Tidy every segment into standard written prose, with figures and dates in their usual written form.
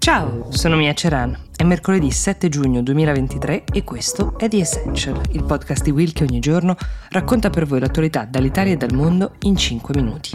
Ciao, sono Mia Ceran. È mercoledì 7 giugno 2023 e questo è The Essential, il podcast di Will che ogni giorno racconta per voi l'attualità dall'Italia e dal mondo in 5 minuti.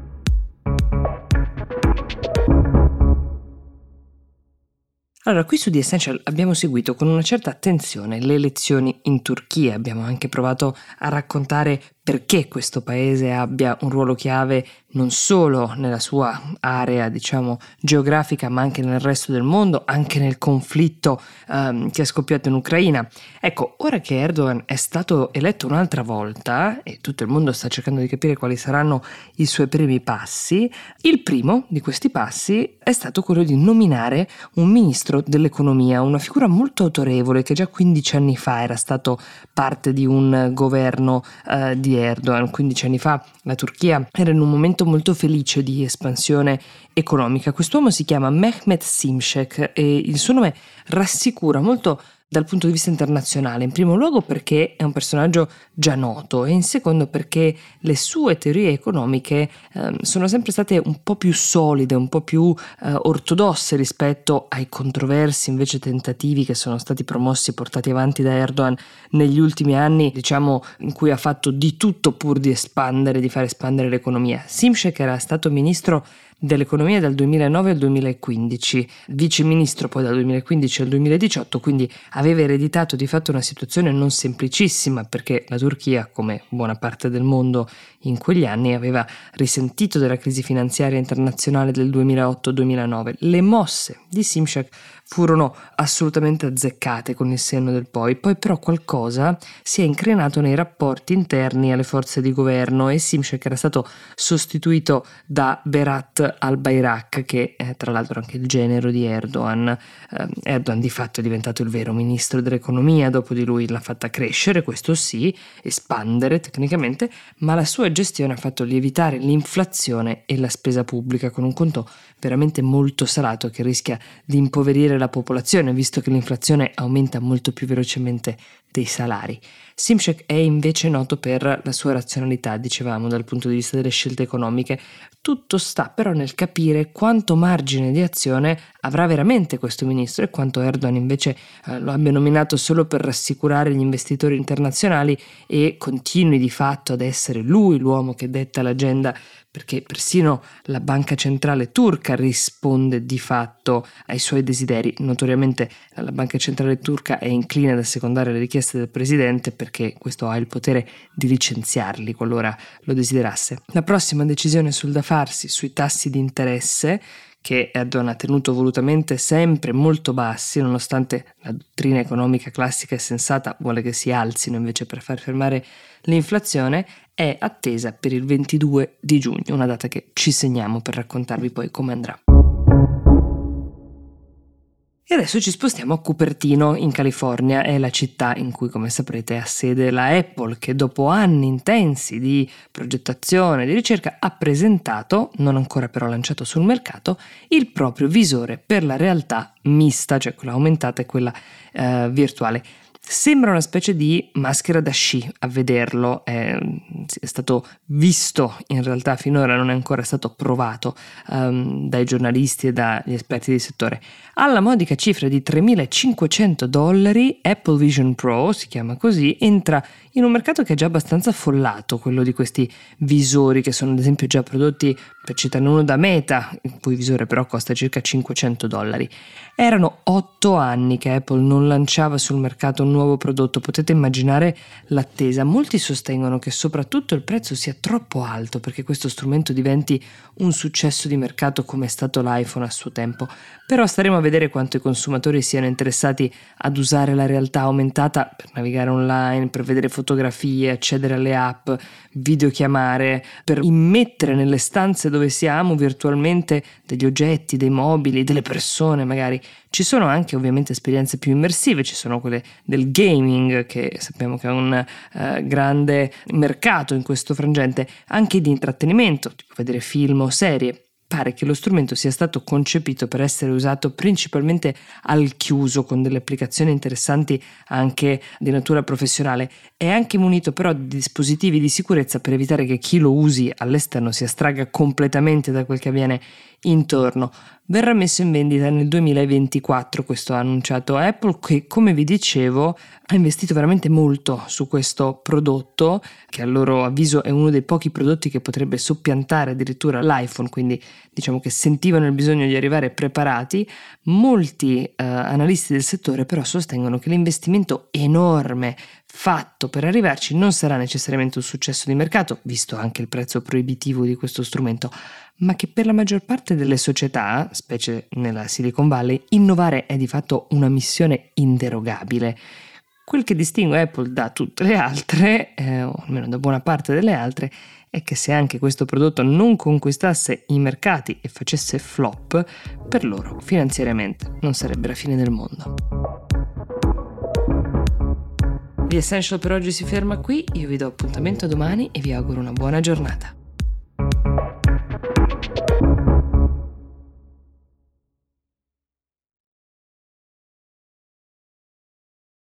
Allora, qui su The Essential abbiamo seguito con una certa attenzione le elezioni in Turchia, abbiamo anche provato a raccontare perché questo paese abbia un ruolo chiave non solo nella sua area, geografica, ma anche nel resto del mondo, anche nel conflitto che è scoppiato in Ucraina. Ecco, ora che Erdogan è stato eletto un'altra volta e tutto il mondo sta cercando di capire quali saranno i suoi primi passi, il primo di questi passi è stato quello di nominare un ministro dell'economia, una figura molto autorevole che già 15 anni fa era stato parte di un governo di Erdogan. 15 anni fa la Turchia era in un momento molto felice di espansione economica. Quest'uomo si chiama Mehmet Şimşek e il suo nome rassicura molto dal punto di vista internazionale, in primo luogo perché è un personaggio già noto e in secondo perché le sue teorie economiche sono sempre state un po' più solide, un po' più ortodosse rispetto ai controversi invece tentativi che sono stati promossi e portati avanti da Erdogan negli ultimi anni, in cui ha fatto di tutto pur di fare espandere l'economia. Şimşek era stato ministro dell'economia dal 2009 al 2015, vice ministro poi dal 2015 al 2018, quindi aveva ereditato di fatto una situazione non semplicissima perché la Turchia, come buona parte del mondo in quegli anni, aveva risentito della crisi finanziaria internazionale del 2008-2009. Le mosse di Şimşek furono assolutamente azzeccate con il senno del poi però qualcosa si è increnato nei rapporti interni alle forze di governo e Şimşek era stato sostituito da Berat Albayrak, che è tra l'altro anche il genero di Erdogan. Erdogan di fatto è diventato il vero ministro dell'economia, dopo di lui l'ha fatta crescere, questo sì, espandere tecnicamente, ma la sua gestione ha fatto lievitare l'inflazione e la spesa pubblica con un conto veramente molto salato che rischia di impoverire la popolazione, visto che l'inflazione aumenta molto più velocemente dei salari. Şimşek è invece noto per la sua razionalità, dicevamo, dal punto di vista delle scelte economiche. Tutto sta però nel capire quanto margine di azione avrà veramente questo ministro e quanto Erdogan invece lo abbia nominato solo per rassicurare gli investitori internazionali e continui di fatto ad essere lui l'uomo che detta l'agenda, perché persino la banca centrale turca risponde di fatto ai suoi desideri. Notoriamente la banca centrale turca è incline ad assecondare le richieste del presidente perché questo ha il potere di licenziarli qualora lo desiderasse. La prossima decisione sul da farsi sui tassi di interesse, che Erdogan ha tenuto volutamente sempre molto bassi, nonostante la dottrina economica classica e sensata vuole che si alzino invece per far fermare l'inflazione, è attesa per il 22 di giugno, una data che ci segniamo per raccontarvi poi come andrà. E adesso ci spostiamo a Cupertino, in California, è la città in cui, come saprete, ha sede la Apple, che dopo anni intensi di progettazione e di ricerca ha presentato, non ancora però lanciato sul mercato, il proprio visore per la realtà mista, cioè quella aumentata e quella virtuale. Sembra una specie di maschera da sci a vederlo, è stato visto in realtà finora, non è ancora stato provato dai giornalisti e dagli esperti di settore. Alla modica cifra di $3.500, Apple Vision Pro, si chiama così, entra in un mercato che è già abbastanza affollato, quello di questi visori che sono ad esempio già prodotti, per citarne uno da Meta, il cui visore però costa circa $500. Erano 8 anni che Apple non lanciava sul mercato un nuovo prodotto, potete immaginare l'attesa. Molti sostengono che soprattutto il prezzo sia troppo alto perché questo strumento diventi un successo di mercato come è stato l'iPhone a suo tempo, però staremo a vedere quanto i consumatori siano interessati ad usare la realtà aumentata per navigare online, per vedere fotografie, accedere alle app, videochiamare, per immettere nelle stanze dove siamo virtualmente degli oggetti, dei mobili, delle persone magari. Ci sono anche ovviamente esperienze più immersive, ci sono quelle del gaming che sappiamo che è un grande mercato in questo frangente, anche di intrattenimento, tipo vedere film o serie. pare che lo strumento sia stato concepito per essere usato principalmente al chiuso, con delle applicazioni interessanti anche di natura professionale. È anche munito però di dispositivi di sicurezza per evitare che chi lo usi all'esterno si astragga completamente da quel che avviene intorno. Verrà messo in vendita nel 2024, questo ha annunciato Apple, che, come vi dicevo, ha investito veramente molto su questo prodotto, che a loro avviso è uno dei pochi prodotti che potrebbe soppiantare addirittura l'iPhone, quindi diciamo che sentivano il bisogno di arrivare preparati. Molti analisti del settore però sostengono che l'investimento enorme fatto per arrivarci non sarà necessariamente un successo di mercato, visto anche il prezzo proibitivo di questo strumento, ma che per la maggior parte delle società, specie nella Silicon Valley, innovare è di fatto una missione inderogabile. Quel che distingue Apple da tutte le altre, o almeno da buona parte delle altre, è che se anche questo prodotto non conquistasse i mercati e facesse flop, per loro finanziariamente non sarebbe la fine del mondo. The Essential per oggi si ferma qui, io vi do appuntamento domani e vi auguro una buona giornata.